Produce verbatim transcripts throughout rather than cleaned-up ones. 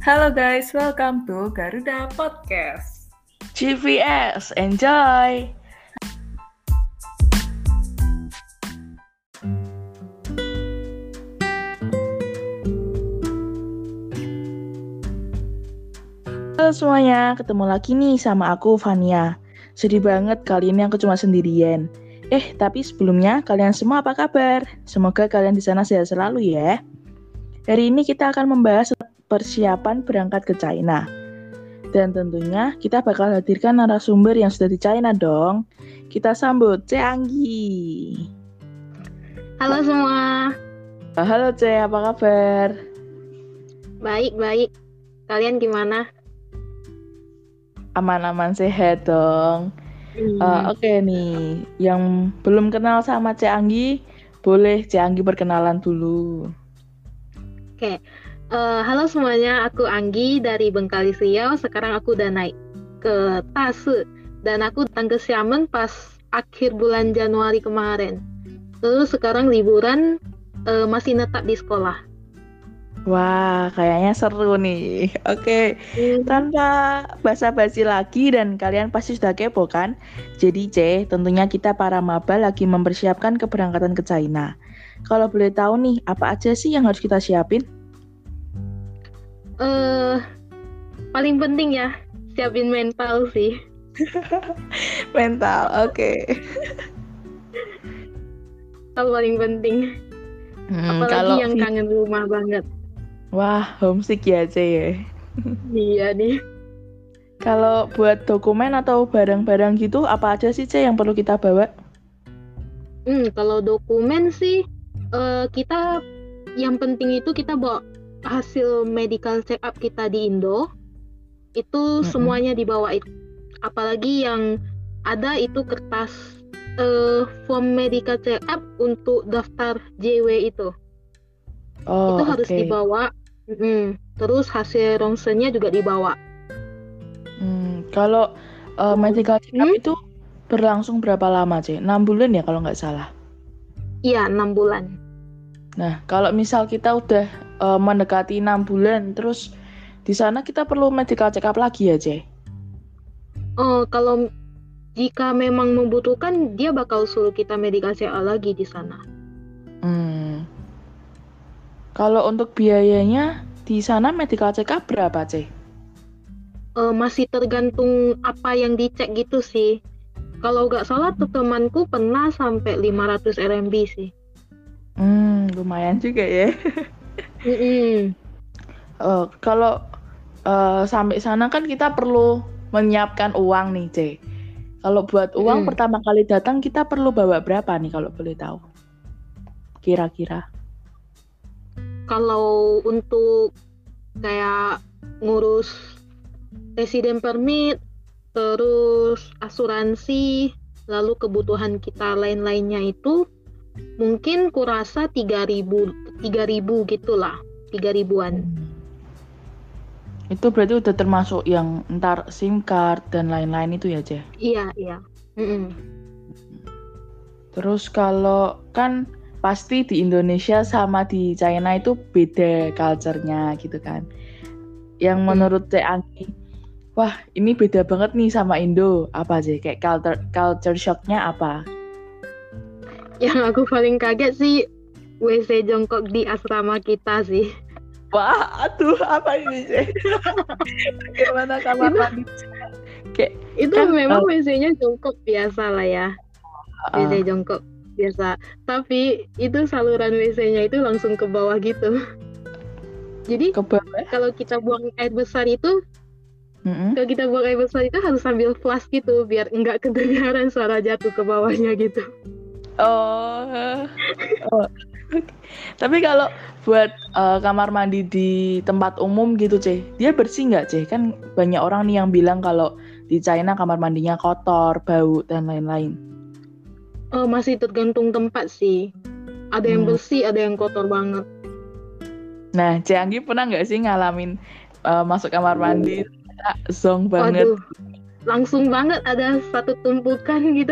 Halo guys, welcome to Garuda Podcast. G V S, enjoy! Halo semuanya, ketemu lagi nih sama aku, Vania. Sedih banget kali ini aku cuma sendirian. Eh, tapi sebelumnya kalian semua apa kabar? Semoga kalian di sana sehat selalu ya. Hari ini kita akan membahas persiapan berangkat ke China. Dan tentunya kita bakal hadirkan narasumber yang sudah di China dong. Kita sambut Ce Anggi. Halo semua. Halo Ce, apa kabar? Baik, baik. Kalian gimana? Aman-aman sehat dong. Hmm. Uh, Oke okay nih, yang belum kenal sama Ce Anggi, boleh Ce Anggi perkenalan dulu. Oke, okay. uh, halo semuanya, aku Anggi dari Bengkalis Riau. Sekarang aku udah naik ke Tase dan aku datang ke Xiamen pas akhir bulan Januari kemarin. Terus sekarang liburan, uh, masih netap di sekolah. Wah, kayaknya seru nih. Oke, okay. hmm. Tanpa basa-basi lagi dan kalian pasti sudah kepo kan? Jadi C, tentunya kita para maba lagi mempersiapkan keberangkatan ke China. Kalau boleh tahu nih, apa aja sih yang harus kita siapin? Uh, paling penting ya, siapin mental sih. Mental, oke. Okay. Kalau paling penting. Hmm, Apalagi kalau... yang kangen rumah banget. Wah, homesick ya, Ce ya? Iya nih. Kalau buat dokumen atau barang-barang gitu, apa aja sih, Ce, yang perlu kita bawa? Hmm, kalau dokumen sih, uh, kita yang penting itu kita bawa hasil medical check up kita di Indo. Itu mm-hmm. semuanya dibawa. Apalagi yang ada itu kertas uh, form medical check up untuk daftar J W itu. Oh, itu harus okay. dibawa. Mm-hmm. Terus hasil ronsennya juga dibawa. Hmm, kalau uh, medical check up hmm? itu berlangsung berapa lama, Ce? enam bulan ya kalau nggak salah? Iya, enam bulan. Nah, kalau misal kita udah uh, mendekati enam bulan, terus di sana kita perlu medical check up lagi ya, Ce? Oh, kalau jika memang membutuhkan, dia bakal suruh kita medical check up lagi di sana. Hmm. Kalau untuk biayanya di sana medical check up berapa, Ce? Uh, masih tergantung apa yang dicek gitu sih. Kalau nggak salah tuh temanku pernah sampai lima ratus R M B sih. Hmm, lumayan juga ya. Mm-hmm. uh, kalau uh, sampai sana kan kita perlu menyiapkan uang nih, Ce. Kalau buat uang mm. pertama kali datang kita perlu bawa berapa nih kalau boleh tahu? Kira-kira. Kalau untuk kayak ngurus resident permit, terus asuransi, lalu kebutuhan kita lain-lainnya itu mungkin kurasa tiga ribu gitulah, tiga ribuan. Itu berarti udah termasuk yang entar SIM card dan lain-lain itu ya, Ce? Iya, iya. Mm-mm. Terus kalau kan pasti di Indonesia sama di China itu beda culture-nya gitu kan. Yang menurut Ce Anggi, wah ini beda banget nih sama Indo. Apa sih? Kayak culture, culture shock-nya apa? Yang aku paling kaget sih W C jongkok di asrama kita sih. Wah, aduh apa ini Ce? Bagaimana kamar mandi? Kayak itu kan, memang uh, W C-nya jongkok biasa lah ya. Uh, W C jongkok biasa, tapi itu saluran W C-nya itu langsung ke bawah gitu. Jadi ke bawah? Kalau kita buang air besar itu, mm-hmm. kalau kita buang air besar itu harus sambil flush gitu, biar enggak kedengaran suara jatuh ke bawahnya gitu. Oh, oh. Tapi kalau buat uh, kamar mandi di tempat umum gitu, Ce, dia bersih nggak, Ce? Kan banyak orang nih yang bilang kalau di China kamar mandinya kotor, bau dan lain-lain. Oh, masih tergantung tempat sih. Ada yang hmm. bersih, ada yang kotor banget. Nah, Ce Anggi pernah nggak sih ngalamin uh, masuk kamar mandi oh. zong banget? Waduh, langsung banget ada satu tumpukan gitu.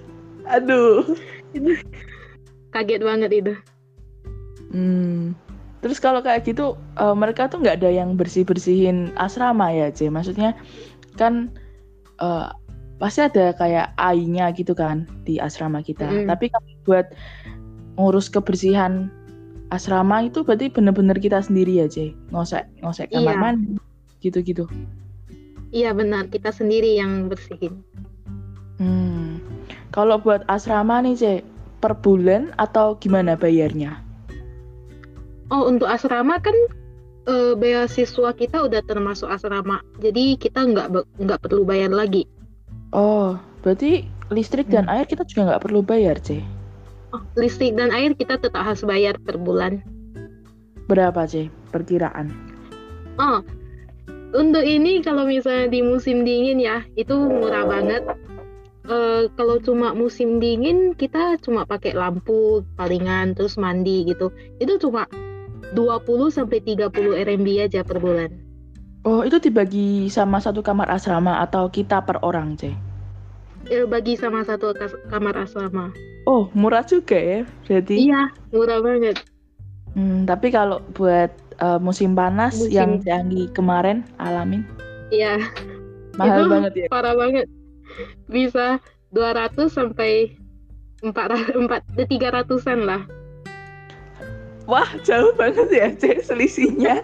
Aduh, kaget banget itu. Hmm. Terus kalau kayak gitu uh, mereka tuh nggak ada yang bersih-bersihin asrama ya, C? Maksudnya kan uh, pasti ada kayak A I-nya gitu kan di asrama kita. Mm-mm. Tapi kalau buat ngurus kebersihan asrama itu berarti bener-bener kita sendiri ya, C? Ngosek ngosek kamar Iya. mandi gitu-gitu. Iya benar, kita sendiri yang bersihin. Hmm. Kalau buat asrama nih, C, per bulan atau gimana bayarnya? Oh, untuk asrama kan eh, beasiswa kita udah termasuk asrama, jadi kita nggak be- nggak perlu bayar lagi. Oh, berarti listrik dan air kita juga nggak perlu bayar, C? Oh, listrik dan air kita tetap harus bayar per bulan. Berapa, C, perkiraan? Oh, untuk ini kalau misalnya di musim dingin ya, itu murah banget. Eh, kalau cuma musim dingin kita cuma pakai lampu palingan terus mandi gitu. Itu cuma dua puluh sampai tiga puluh R M B aja per bulan. Oh, itu dibagi sama satu kamar asrama atau kita per orang, C? Eh, bagi sama satu kas- kamar asrama. Oh, murah juga ya, berarti. Iya, murah banget. Hmm, tapi kalau buat uh, musim panas Musim- yang Cianggi kemarin alamin, Iya, mahal itu banget ya. parah banget. Bisa dua ratus sampai empat empat tiga ratusan lah. Wah, jauh banget ya, C, selisihnya.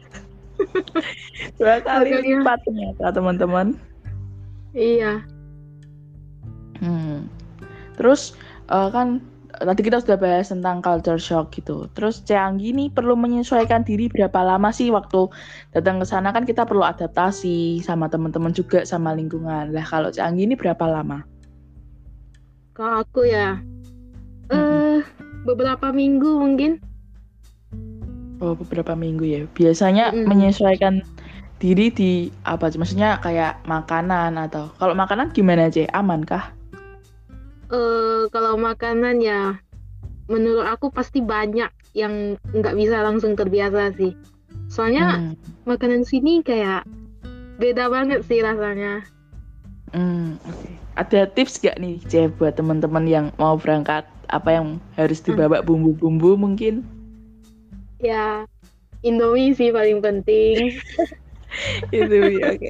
Dua kali Makanya. lipat ternyata, teman-teman. Iya. Hmm. Terus uh, kan tadi kita sudah bahas tentang culture shock gitu. Terus Cianggi nih perlu menyesuaikan diri berapa lama sih waktu datang ke sana? Kan kita perlu adaptasi sama teman-teman juga sama lingkungan. Lah kalau Cianggi ini berapa lama? Kalau aku ya, eh beberapa minggu mungkin. Oh, beberapa minggu ya. Biasanya Mm-mm. menyesuaikan diri di apa? Maksudnya kayak makanan atau kalau makanan gimana, C? Aman kah? Eh kalau makanan ya, menurut aku pasti banyak yang nggak bisa langsung terbiasa sih. Soalnya Hmm. makanan sini kayak beda banget sih rasanya. Hmm, oke. Ada tips gak nih, C, buat teman-teman yang mau berangkat? Apa yang harus dibawa bumbu-bumbu mungkin? Ya, Indomie sih paling penting. Itu ya, oke.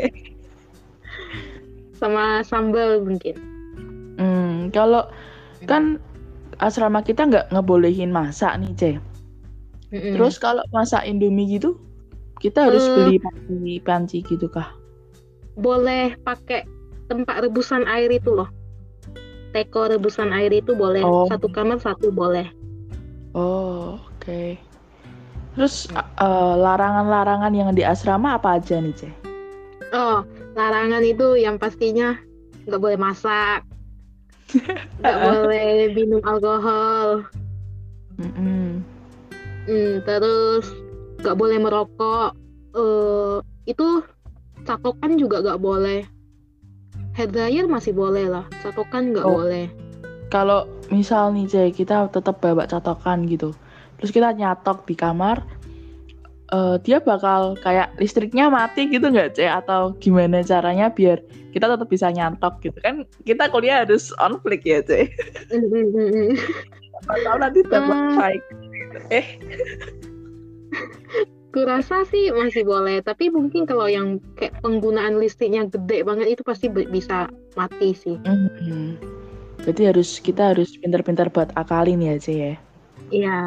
Sama sambal mungkin. Hmm, kalau kan asrama kita nggak ngebolehin masak nih, C. Mm-mm. Terus kalau masak Indomie gitu, kita harus Eh. beli panci, panci gitu kah? Boleh pakai tempat rebusan air itu loh. Teko rebusan air itu boleh. Oh. Satu kamar satu boleh. Oh, oke. Terus uh, larangan-larangan yang di asrama apa aja nih, C? Oh, larangan itu yang pastinya nggak boleh masak, nggak boleh minum alkohol, Mm-mm. hmm, terus nggak boleh merokok. Eh, itu catokan juga nggak boleh. Hair dryer masih boleh lah, catokan nggak Oh. boleh. Kalau misal nih, C, kita tetap bawa catokan gitu. Terus kita nyatok di kamar, uh, dia bakal kayak listriknya mati gitu nggak, C? Atau gimana caranya biar kita tetap bisa nyatok gitu kan? Kita kuliah harus on flick ya, C? Atau nanti dapat Ah. fight. Eh, Kurasa sih masih boleh, tapi mungkin kalau yang kayak penggunaan listriknya gede banget itu pasti be- bisa mati sih. hmm. Berarti harus kita harus pintar-pintar buat akalin ya, C, ya? Iya.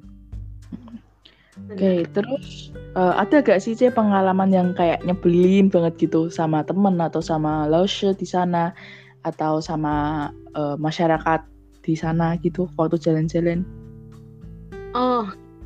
Oke, terus uh, ada gak sih, C, pengalaman yang kayak nyebelin banget gitu sama temen atau sama Lausche di sana atau sama uh, masyarakat di sana gitu waktu jalan-jalan? Oh,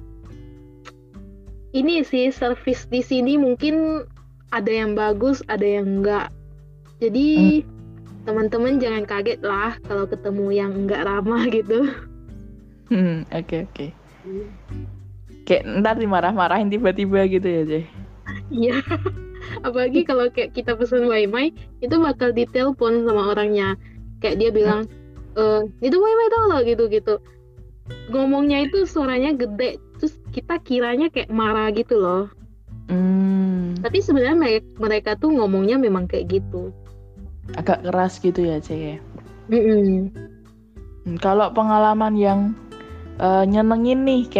ini sih service di sini mungkin ada yang bagus, ada yang enggak. Jadi teman-teman jangan kaget lah kalau ketemu yang enggak ramah gitu. Hmm, oke oke. Kayak ntar dimarah-marahin tiba-tiba gitu ya, C? Iya. Apalagi kalau kayak kita pesan Waimai, itu bakal ditelepon sama orangnya. Kayak dia bilang, eh itu Waimai tau loh gitu-gitu. Ngomongnya itu suaranya gede, terus kita kiranya kayak marah gitu loh. Hmm, Tapi sebenarnya mereka, mereka tuh ngomongnya memang kayak gitu. agak keras gitu ya, C, ya? Mm-mm. Hmm, kalau pengalaman yang uh, nyenengin nih kayak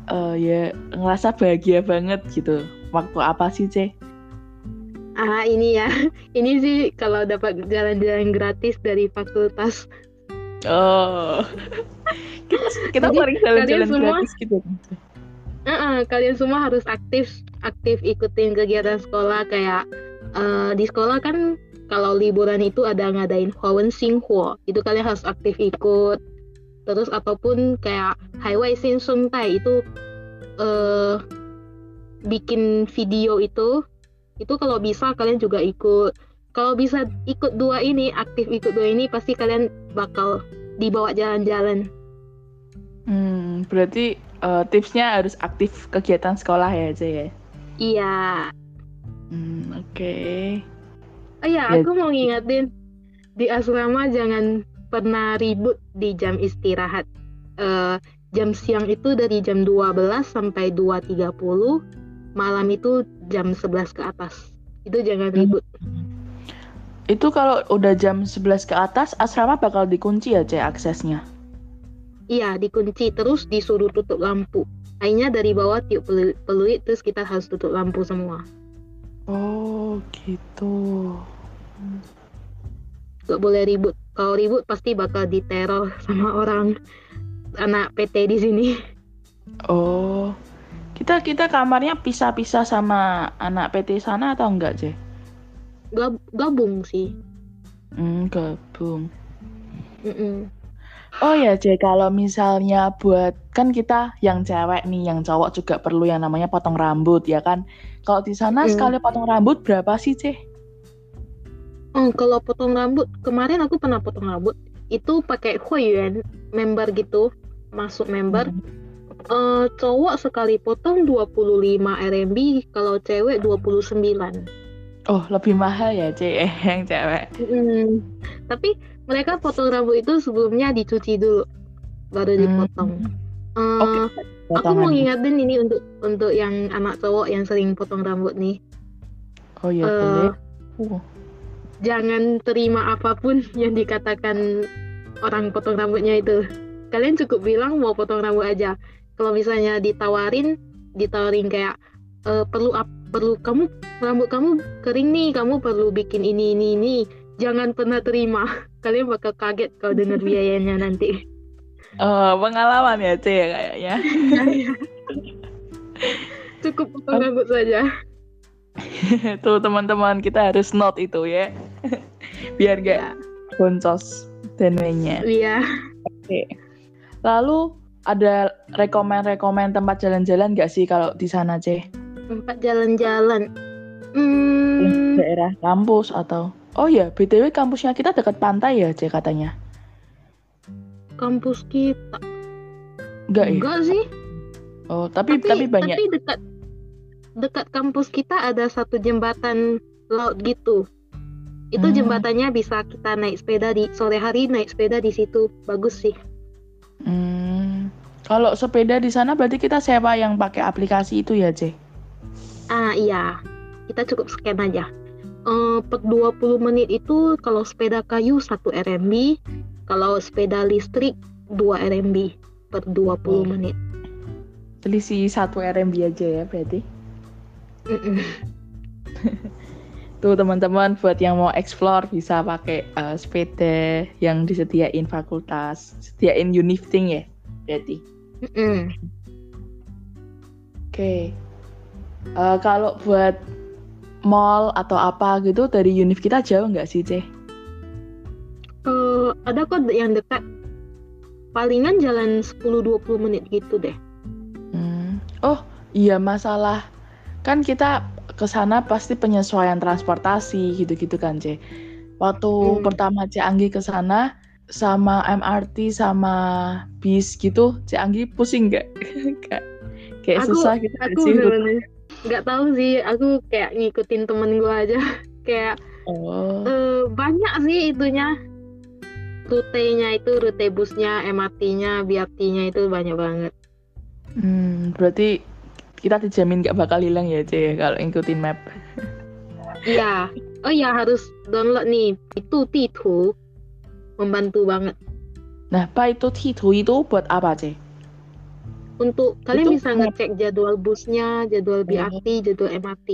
uh, ya ngerasa bahagia banget gitu. Waktu apa sih, Ce? Ah, ini ya. Ini sih kalau dapat jalan-jalan gratis dari fakultas. Oh. kita kita Jadi, sering jalan-jalan semua, gratis gitu. Uh-uh, kalian semua harus aktif aktif ikutin kegiatan sekolah kayak uh, di sekolah kan kalau liburan itu ada ngadain Hawen Xinghua, itu kalian harus aktif ikut. Terus ataupun kayak Highway Sin Sung Tai itu uh, bikin video itu, itu kalau bisa kalian juga ikut. Kalau bisa ikut dua ini, aktif ikut dua ini, pasti kalian bakal dibawa jalan-jalan. Hmm, berarti uh, tipsnya harus aktif kegiatan sekolah ya, Ce ya? Iya. Hmm, oke. Okay. Oh iya, ya. Aku mau ngingetin di asrama jangan pernah ribut di jam istirahat. Uh, jam siang itu dari jam dua belas sampai dua tiga puluh, malam itu jam sebelas ke atas. Itu jangan ribut. Hmm. Itu kalau udah jam sebelas ke atas, asrama bakal dikunci ya, Ce, aksesnya? Iya, dikunci, terus disuruh tutup lampu. Akhirnya dari bawah tiup peluit, terus kita harus tutup lampu semua. Oh, gitu. Gak boleh ribut. Kalau ribut pasti bakal diteror sama orang anak P T di sini. Oh, kita kita kamarnya pisah-pisah sama anak P T sana atau enggak, Ce? Gab- gabung sih. Hmm, gabung. Mm-mm. Oh ya, Ce, kalau misalnya buat kan kita yang cewek nih, yang cowok juga perlu yang namanya potong rambut ya kan? Kalau di sana mm. sekali potong rambut berapa sih, Ce? Oh, kalau potong rambut, kemarin aku pernah potong rambut. Itu pakai huiyuan, member gitu, masuk member. Hmm. Uh, cowok sekali potong dua puluh lima R M B, kalau cewek dua puluh sembilan. Oh, lebih mahal ya, Ce, yang cewek. Hmm. Tapi mereka potong rambut itu sebelumnya dicuci dulu, baru dipotong. Hmm. Uh, okay. Aku mau ngingetin ini untuk untuk yang anak cowok yang sering potong rambut nih. Oh iya, uh, boleh. Uh. Jangan terima apapun yang dikatakan orang potong rambutnya itu. Kalian cukup bilang mau potong rambut aja. Kalau misalnya ditawarin, ditawarin kayak e, perlu ap, perlu kamu rambut kamu kering nih, kamu perlu bikin ini ini ini. Jangan pernah terima. Kalian bakal kaget kalau dengar biayanya nanti. Oh, pengalaman ya, Ce, kayaknya. Cukup potong rambut saja. Tuh teman-teman, kita harus note itu ya. Biar gak ya. Boncos dananya. Iya. Oke. Lalu ada rekomen-rekomen tempat jalan-jalan gak sih kalau di sana, Ce? Tempat jalan-jalan. Hmm. Daerah kampus atau? Oh ya, B T W kampusnya kita dekat pantai ya, Ce, katanya. Kampus kita. Enggak ya? Enggak sih. Oh, tapi tapi, tapi banyak. Tapi dekat dekat kampus kita ada satu jembatan laut gitu. Itu hmm. jembatannya bisa kita naik sepeda di sore hari, naik sepeda di situ. Bagus sih. Hmm. Kalau sepeda di sana berarti kita sewa yang pakai aplikasi itu ya, Ce? Ah iya. Kita cukup scan aja. Uh, per dua puluh menit itu kalau sepeda kayu satu R M B, kalau sepeda listrik dua R M B per dua puluh oh. menit. Selisih satu R M B aja ya berarti? Tuh teman-teman, buat yang mau explore bisa pakai uh, sepeda yang disediain fakultas, sediain Unifting ya berarti. Oke, okay. uh, kalau buat mall atau apa gitu dari Unif kita jauh nggak sih, Ce? Uh, ada kok yang dekat, palingan jalan sepuluh sampai dua puluh menit gitu deh. Hmm. Oh iya, masalah kan kita kesana pasti penyesuaian transportasi gitu-gitu kan, Ce. Waktu hmm. pertama Ce Anggi kesana sama M R T sama bis gitu, Ce Anggi pusing nggak? Kayak aku, susah gitu. Aku bener-bener nggak tahu sih, aku kayak ngikutin temen gue aja. Kayak oh. uh, banyak sih itunya, rutenya itu, rute busnya, M R T-nya, B R T-nya itu banyak banget. Hmm, berarti kita dijamin gak bakal hilang ya, Ce, kalau ngikutin map. Iya. Oh iya, harus download nih. Itu Titu. Membantu banget. Nah, Pak itu Titu itu buat apa, Ce? Untuk kalian Itu bisa ngecek jadwal busnya, jadwal B R T, jadwal M R T.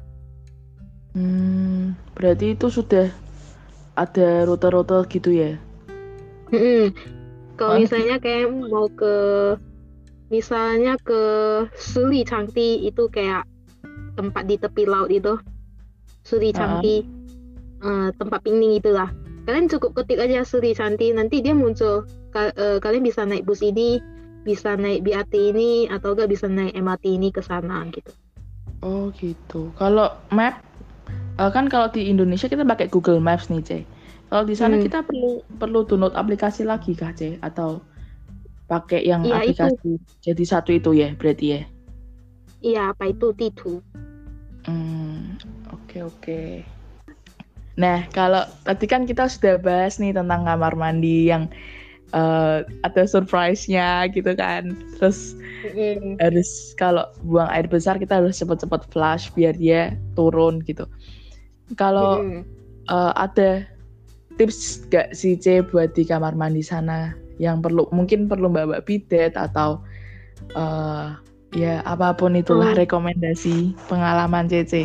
Hmm, berarti itu sudah ada rute-rute gitu ya? Mm-mm. Kalau Oh, misalnya kayak mau ke misalnya ke Suli Changti itu kayak tempat di tepi laut itu, Suli uh-uh. Changti, eh, tempat piknik itulah. Kalian cukup ketik aja Suli Changti, nanti dia muncul. Ka- eh, kalian bisa naik bus ini, bisa naik B R T ini, atau enggak bisa naik M R T ini ke sana gitu. Oh gitu. Kalau map, eh, kan kalau di Indonesia kita pakai Google Maps nih, C. Kalau di sana Hmm. kita perlu perlu download aplikasi lagi kah, C? Atau pakai yang Iya, itu. aplikasi jadi satu itu ya, berarti ya? Iya, apa itu Titu? Hmm, oke oke. Nah, kalau tadi kan kita sudah bahas nih tentang kamar mandi yang eh, ada surprise-nya gitu kan. Terus Mm-mm. harus kalau buang air besar kita harus cepet-cepet flush biar dia turun gitu. Kalau Mm-mm. uh, ada tips gak sih C buat di kamar mandi sana yang perlu mungkin perlu bawa bidet atau uh, ya apapun itulah Oh. rekomendasi pengalaman C C.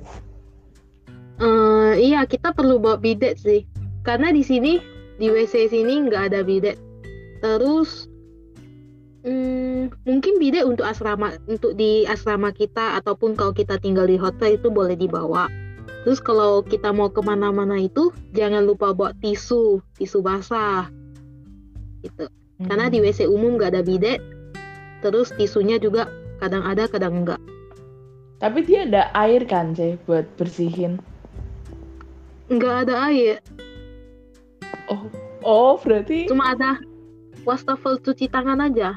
Uh, iya, kita perlu bawa bidet sih. Karena di sini, di W C sini nggak ada bidet. Terus, hmm, mungkin bidet untuk asrama, untuk di asrama kita, ataupun kalau kita tinggal di hotel itu boleh dibawa. Terus kalau kita mau kemana-mana itu, jangan lupa bawa tisu, tisu basah. Gitu. Hmm. Karena di W C umum nggak ada bidet. Terus tisunya juga kadang ada, kadang enggak. Tapi dia ada air kan C buat bersihin? Nggak ada air. Oh, oh berarti Cuma ada wastafel cuci tangan aja.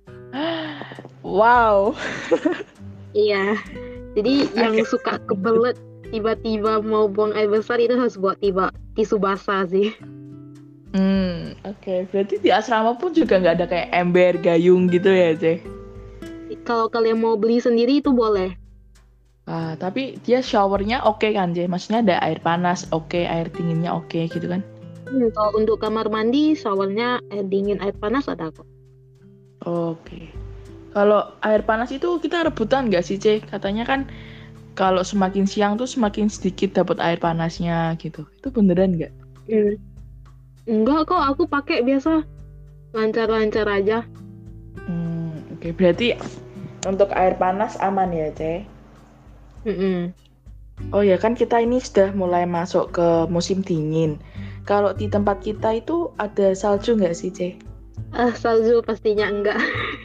wow. Iya. Jadi yang suka kebelet tiba-tiba mau buang air besar itu harus buat tiba tisu basah sih. Hmm, oke. Okay. Berarti di asrama pun juga nggak ada kayak ember, gayung gitu ya, C? Kalau kalian mau beli sendiri itu boleh. Ah, tapi dia showernya oke okay kan, C? Maksudnya ada air panas, oke, okay, air dinginnya oke okay, gitu kan? Hmm, kalau untuk kamar mandi, showernya air dingin, air panas ada kok. Oke. Okay. Kalau air panas itu kita rebutan nggak sih, C? Katanya kan kalau semakin siang tuh semakin sedikit dapat air panasnya gitu. Itu beneran nggak? Hmm. Enggak kok, aku pakai biasa lancar-lancar aja. Hmm, oke. Okay. Berarti untuk air panas aman ya, C? Mm-mm. Oh ya kan kita ini sudah mulai masuk ke musim dingin. Kalau di tempat kita itu ada salju nggak sih, C? Ah, salju pastinya enggak.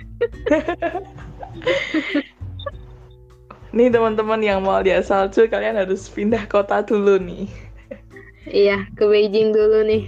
Nih teman-teman yang mau lihat salju, kalian harus pindah kota dulu nih. Iya, ke Beijing dulu nih.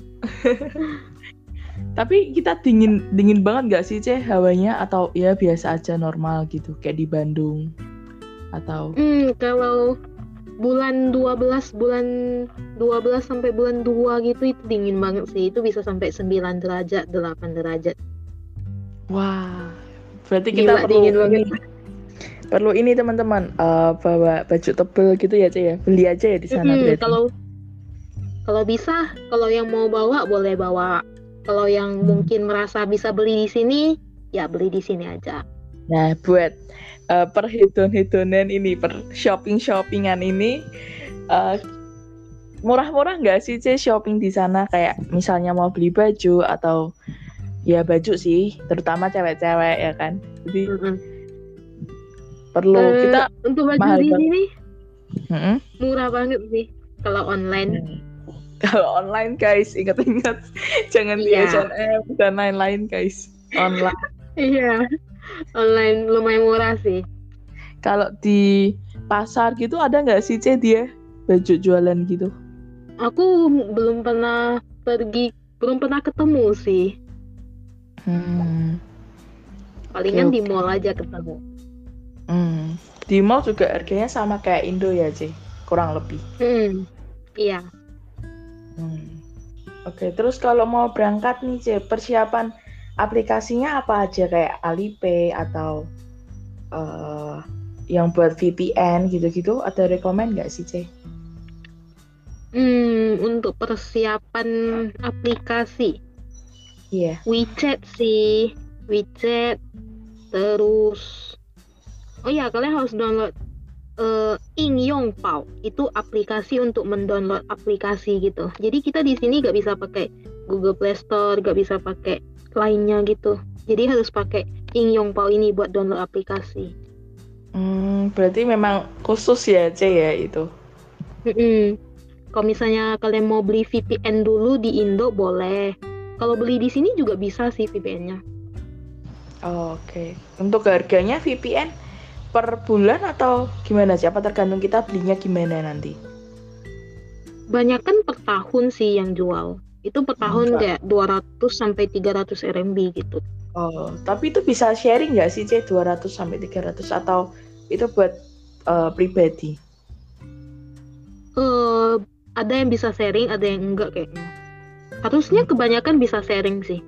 Tapi kita dingin dingin banget nggak sih, C, hawanya? Atau ya biasa aja normal gitu, kayak di Bandung? Atau Hmm, kalau bulan dua belas bulan dua belas sampai bulan dua gitu itu dingin banget sih. Itu bisa sampai sembilan derajat, delapan derajat. wah, berarti kita Gila, perlu dingin banget. ini, perlu ini teman-teman uh, bawa baju tebel gitu ya, C ya. Beli aja ya di sana Mm-mm, berarti. kalau kalau bisa, kalau yang mau bawa boleh bawa. Kalau yang Hmm. mungkin merasa bisa beli di sini, ya beli di sini aja. Nah, buat uh, perhidun-hidunan ini, per shopping-shoppingan ini, uh, murah-murah nggak sih, C, shopping di sana? Kayak misalnya mau beli baju atau ya baju sih, terutama cewek-cewek ya kan. Jadi Mm-mm. perlu Eh, kita untuk baju mahal di banget. sini Mm-mm. murah banget sih. Kalau online, Hmm. Kalau online guys, ingat-ingat jangan di Iya. H and M dan lain-lain guys. Online. iya, online lumayan murah sih. Kalau di pasar gitu ada nggak sih, C, dia baju jualan gitu? Aku belum pernah pergi, belum pernah ketemu sih. Hmm. Palingan Oke, di oke. mall aja ketemu. Hmm. Di mall juga harganya sama kayak Indo ya, C? Kurang lebih. Hmm, iya. Hmm. Oke, terus kalau mau berangkat nih, C, persiapan aplikasinya apa aja kayak Alipay atau uh, yang buat V P N gitu-gitu, ada rekomend nggak sih, C? Hmm, untuk persiapan aplikasi, Iya. WeChat sih, WeChat. Terus, oh ya, kalian harus download uh, Ingyong Pao. Itu aplikasi untuk mendownload aplikasi gitu. Jadi kita di sini gak bisa pakai Google Play Store, gak bisa pakai lainnya gitu. Jadi harus pakai Ingyong Pao ini buat download aplikasi. Hmm, berarti memang khusus ya, C ya itu. Mm-mm. Kalau misalnya kalian mau beli V P N dulu di Indo boleh. Kalau beli di sini juga bisa sih V P N-nya. Oh, oke. Okay. Untuk harganya V P N per bulan atau gimana sih? Apa tergantung kita belinya gimana nanti? Banyak kan per tahun sih yang jual. Itu per tahun Enggak. kayak dua ratus sampai tiga ratus R M B gitu. Oh, tapi itu bisa sharing nggak sih, C, dua ratus sampai tiga ratus atau itu buat uh, pribadi? Uh, ada yang bisa sharing, ada yang enggak kayaknya. Harusnya kebanyakan bisa sharing sih.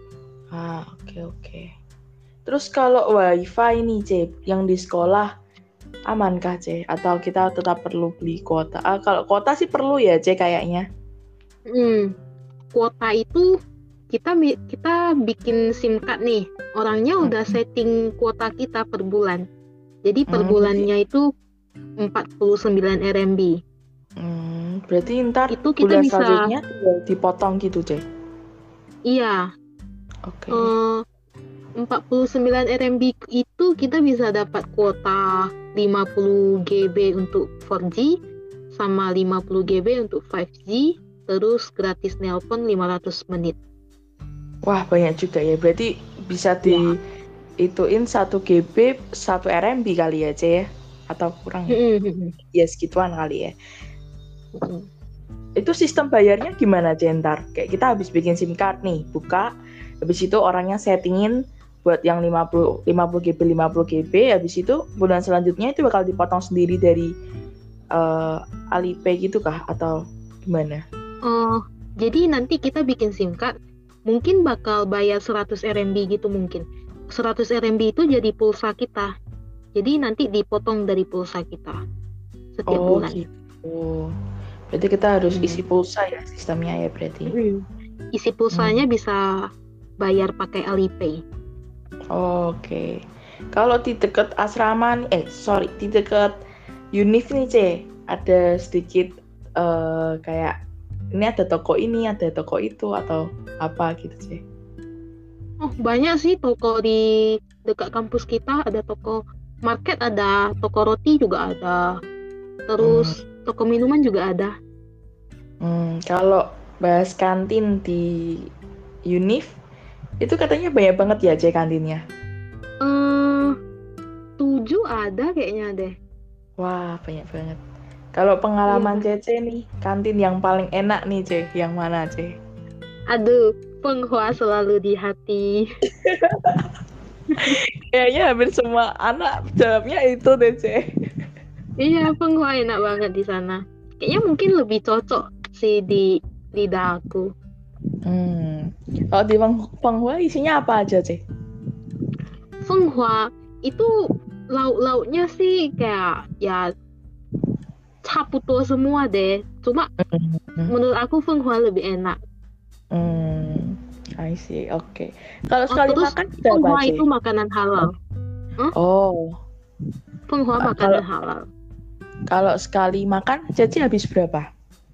Ah, oke okay, oke. Okay. Terus kalau wifi nih, C, yang di sekolah amankah, C? Atau kita tetap perlu beli kuota? Ah, kalau kuota sih perlu ya, C, kayaknya. Hmm, kuota itu kita kita bikin SIM card nih. Orangnya udah setting kuota kita per bulan. Jadi per hmm. bulannya itu empat puluh sembilan R M B. Hmm, berarti ntar itu kita bulan bisa selanjutnya tinggal dipotong gitu, C? Iya. Oke. Okay. Uh, empat puluh sembilan R M B itu kita bisa dapat kuota lima puluh gigabyte untuk empat G sama lima puluh gigabyte untuk lima G, terus gratis nelpon lima ratus menit. Wah, banyak juga ya. Berarti bisa di ya. Ituin satu gigabyte satu R M B kali ya, C ya? Atau kurang ya? Mm-hmm. Ya segituan kali ya. Mm-hmm. Itu sistem bayarnya gimana, C, ntar? Kayak kita habis bikin SIM card nih, buka, habis itu orangnya settingin buat yang lima puluh gigabyte lima puluh gigabyte, habis itu bulan selanjutnya itu bakal dipotong sendiri dari uh, Alipay gitu kah? Atau gimana? Oh, jadi nanti kita bikin SIM card, mungkin bakal bayar seratus R M B gitu mungkin. seratus R M B itu jadi pulsa kita. Jadi nanti dipotong dari pulsa kita setiap oh, bulan. Gitu. Berarti kita harus isi pulsa ya sistemnya ya berarti. Hmm. Isi pulsanya hmm. bisa bayar pakai Alipay. Oh, Oke. Okay. Kalau di dekat asrama nih, eh sorry, di dekat Unif nih, C, ada sedikit uh, kayak ini ada toko ini, ada toko itu atau apa gitu, C? Oh, banyak sih toko di dekat kampus kita, ada toko market, ada toko roti juga ada. Terus hmm. toko minuman juga ada. Hmm, kalau bahas kantin di Unif, itu katanya banyak banget ya, C, kantinnya? Uh, tujuh ada kayaknya deh. Wah, banyak banget. Kalau pengalaman ya. Cece nih, kantin yang paling enak nih, C, yang mana, C? Aduh, Penghua selalu di hati. Kayaknya hampir semua anak jawabnya itu deh, C. Iya, Penghua enak banget di sana. Kayaknya mungkin lebih cocok sih di lidah aku. Hmm. Kalau di Penghua isinya apa aja, C? Penghua itu lauk-lauknya sih kayak ya caputo semua deh. Cuma hmm. menurut aku Penghua lebih enak. Hmm, I see. Oke. Okay. Kalau oh, sekali terus makan Penghua itu makanan halal. Huh? Oh. Penghua uh, makanan kalau, halal. Kalau sekali makan, Ceci habis berapa?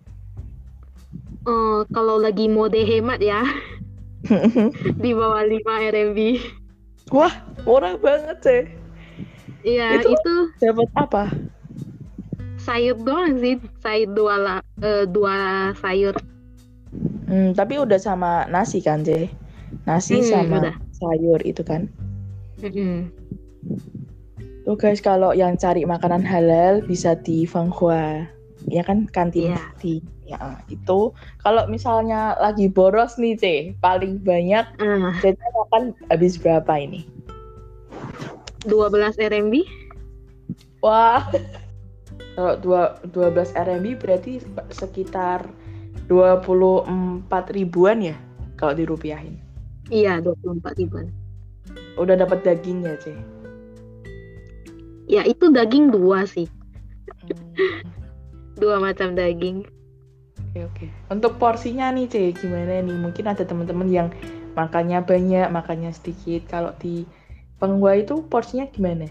Uh, kalau lagi mode hemat ya, di bawah lima R M B. Wah, murah banget, Cek. Iya, itu, itu dapat apa? Sayur doang sih, sayur dua la, uh, dua sayur. Hmm, tapi udah sama nasi kan, Cek? Nasi hmm, sama udah. Sayur itu kan. Mm-hmm. Tuh guys, kalau yang cari makanan halal bisa di Penghua. Ya kan, kantin yeah. di ya itu. Kalau misalnya lagi boros nih, C, paling banyak uh. Cece makan habis berapa ini? dua belas R M B. Wah. Kalau dua belas R M B berarti sekitar dua puluh empat ribuan ya kalau dirupiahin. Iya, dua puluh empat ribuan. Udah dapat dagingnya, C? Ya, itu daging dua sih. Hmm. Dua macam daging. Oke, oke. Untuk porsinya nih, C, gimana nih? Mungkin ada teman-teman yang makannya banyak, makannya sedikit. Kalau di Penghua itu porsinya gimana?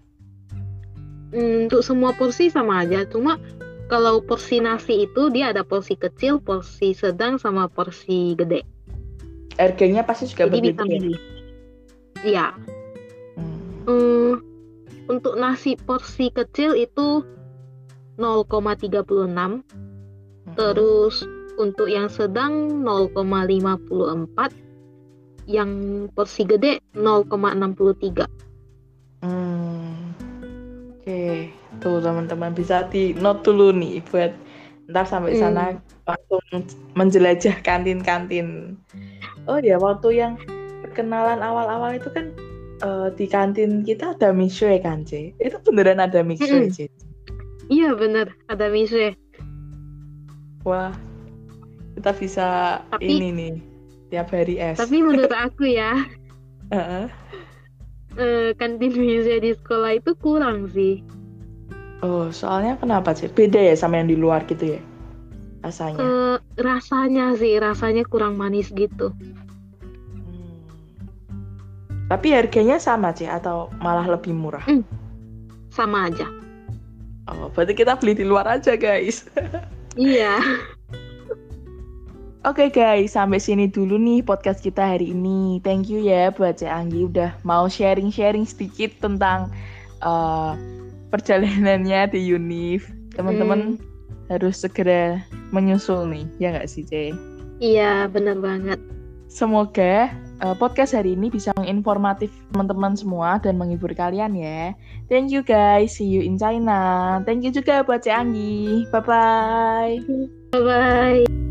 Hmm, untuk semua porsi sama aja, cuma kalau porsi nasi itu dia ada porsi kecil, porsi sedang, sama porsi gede. Harganya pasti juga Jadi berbeda bisa ya? milih. Iya. Hmm. Hmm, untuk nasi porsi kecil itu nol koma tiga enam. Hmm. Terus untuk yang sedang nol koma lima empat. Yang porsi gede nol koma enam tiga. Hmm. Oke, tuh teman-teman bisa di note dulu nih buat ntar sampai sana Hmm. langsung menjelajah kantin-kantin. Oh ya, waktu yang perkenalan awal-awal itu kan uh, di kantin kita ada misue kan, Ce? Itu beneran ada misue, Hmm. Ce? Iya bener, ada misue. Wah, kita bisa Tapi, ini nih tiap hari es. Tapi menurut aku ya, uh-uh. uh, kantin misue di sekolah itu kurang sih. Oh, soalnya kenapa sih? Beda ya sama yang di luar gitu ya? Rasanya? Uh, rasanya sih, rasanya kurang manis gitu. Hmm. Tapi harganya sama sih atau malah lebih murah? Hmm. Sama aja. Oh, berarti kita beli di luar aja, guys. Iya. Oke okay guys, sampai sini dulu nih podcast kita hari ini. Thank you ya buat Cek Anggi udah mau sharing-sharing sedikit tentang uh, perjalanannya di Univ. Teman-teman hmm. harus segera menyusul nih, ya nggak sih Cek? Iya, benar banget. Semoga uh, podcast hari ini bisa menginformatif teman-teman semua dan menghibur kalian ya. Thank you guys, see you in China. Thank you juga buat Cek Anggi. Bye-bye. Bye-bye.